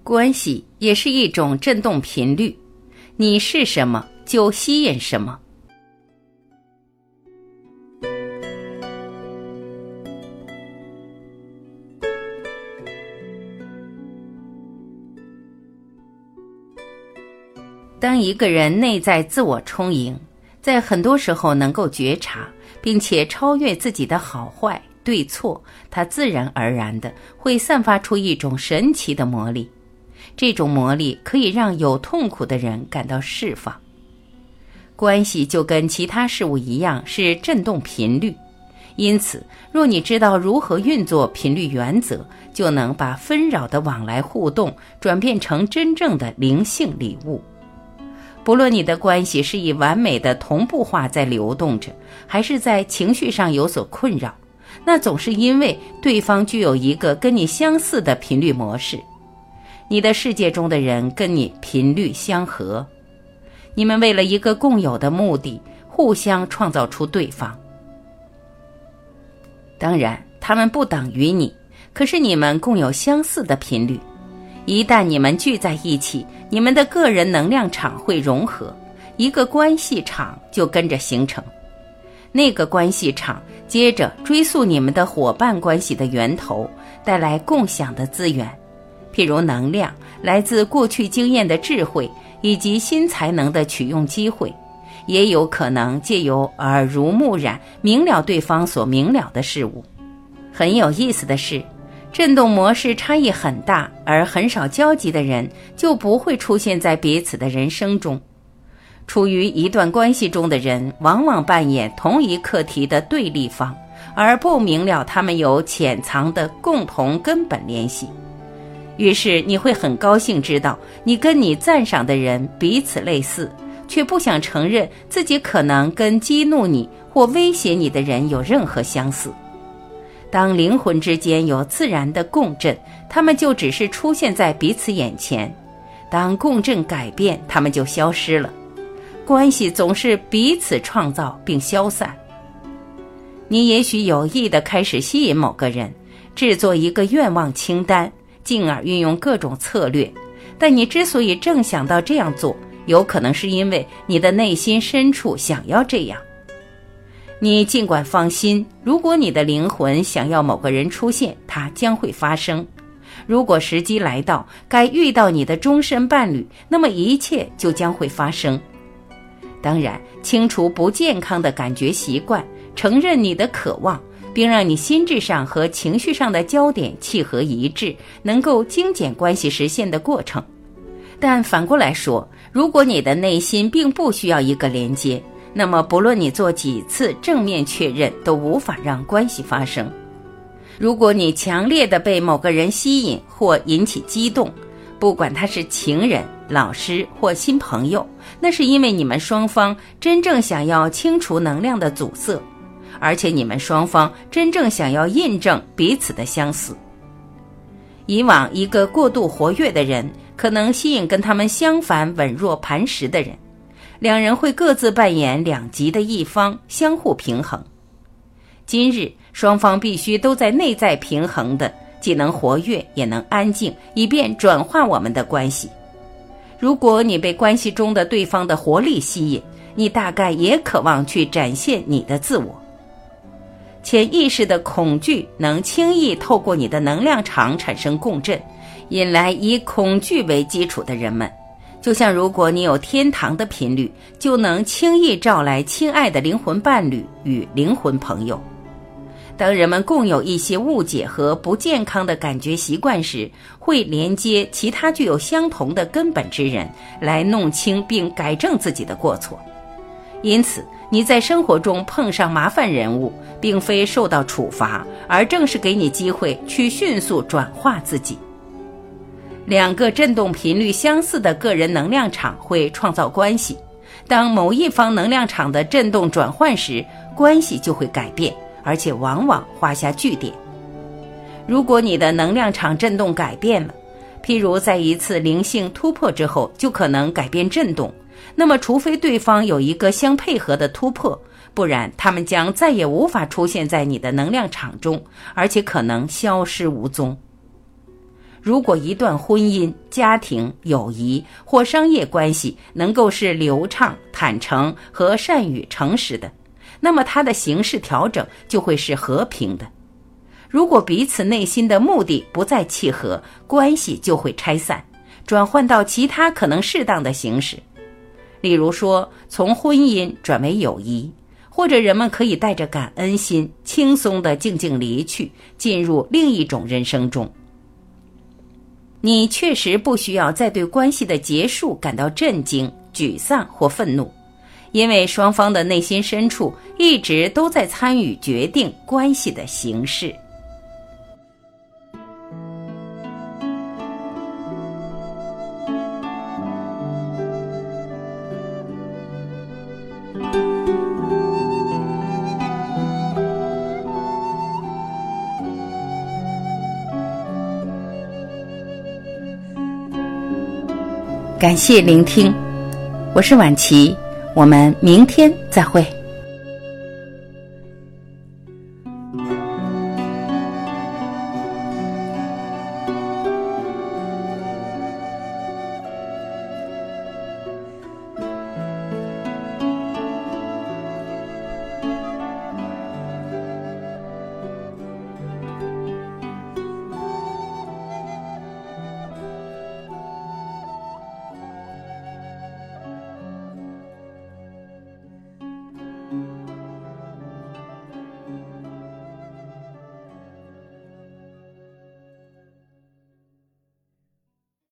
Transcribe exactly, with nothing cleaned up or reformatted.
关系也是一种振动频率，你是什么就吸引什么。当一个人内在自我充盈，在很多时候能够觉察并且超越自己的好坏对错，它自然而然的会散发出一种神奇的魔力。这种魔力可以让有痛苦的人感到释放。关系就跟其他事物一样是振动频率，因此若你知道如何运作频率原则，就能把纷扰的往来互动转变成真正的灵性礼物。不论你的关系是以完美的同步化在流动着，还是在情绪上有所困扰，那总是因为对方具有一个跟你相似的频率模式。你的世界中的人跟你频率相合，你们为了一个共有的目的，互相创造出对方。当然，他们不等于你，可是你们共有相似的频率。一旦你们聚在一起，你们的个人能量场会融合，一个关系场就跟着形成。那个关系场接着追溯你们的伙伴关系的源头，带来共享的资源，譬如能量，来自过去经验的智慧，以及新才能的取用机会，也有可能借由耳濡目染明了对方所明了的事物。很有意思的是，振动模式差异很大而很少交集的人就不会出现在彼此的人生中。处于一段关系中的人往往扮演同一课题的对立方，而不明了他们有潜藏的共同根本联系。于是你会很高兴知道你跟你赞赏的人彼此类似，却不想承认自己可能跟激怒你或威胁你的人有任何相似。当灵魂之间有自然的共振，他们就只是出现在彼此眼前；当共振改变，他们就消失了。关系总是彼此创造并消散。你也许有意地开始吸引某个人，制作一个愿望清单，进而运用各种策略，但你之所以正想到这样做，有可能是因为你的内心深处想要这样。你尽管放心，如果你的灵魂想要某个人出现，它将会发生。如果时机来到，该遇到你的终身伴侣，那么一切就将会发生。当然，清除不健康的感觉习惯，承认你的渴望，并让你心智上和情绪上的焦点契合一致，能够精简关系实现的过程。但反过来说，如果你的内心并不需要一个连接，那么不论你做几次正面确认，都无法让关系发生。如果你强烈地被某个人吸引或引起激动，不管他是情人、老师或新朋友，那是因为你们双方真正想要清除能量的阻塞，而且你们双方真正想要印证彼此的相似。以往一个过度活跃的人可能吸引跟他们相反稳若磐石的人，两人会各自扮演两极的一方，相互平衡。今日双方必须都在内在平衡的，既能活跃也能安静，以便转化我们的关系。如果你被关系中的对方的活力吸引，你大概也渴望去展现你的自我。潜意识的恐惧能轻易透过你的能量场产生共振，引来以恐惧为基础的人们。就像如果你有天堂的频率，就能轻易召来亲爱的灵魂伴侣与灵魂朋友。当人们共有一些误解和不健康的感觉习惯时，会连接其他具有相同的根本之人，来弄清并改正自己的过错。因此，你在生活中碰上麻烦人物，并非受到处罚，而正是给你机会去迅速转化自己。两个振动频率相似的个人能量场会创造关系，当某一方能量场的振动转换时，关系就会改变，而且往往画下句点。如果你的能量场振动改变了，譬如在一次灵性突破之后就可能改变振动，那么除非对方有一个相配合的突破，不然他们将再也无法出现在你的能量场中，而且可能消失无踪。 如果一段婚姻、家庭、友谊或商业关系能够是流畅、坦诚和善于诚实的，那么它的形式调整就会是和平的。如果彼此内心的目的不再契合，关系就会拆散，转换到其他可能适当的形式。例如说，从婚姻转为友谊，或者人们可以带着感恩心，轻松地静静离去，进入另一种人生中。你确实不需要再对关系的结束感到震惊、沮丧或愤怒，因为双方的内心深处一直都在参与决定关系的形式。感谢聆听，我是婉琪，我们明天再会。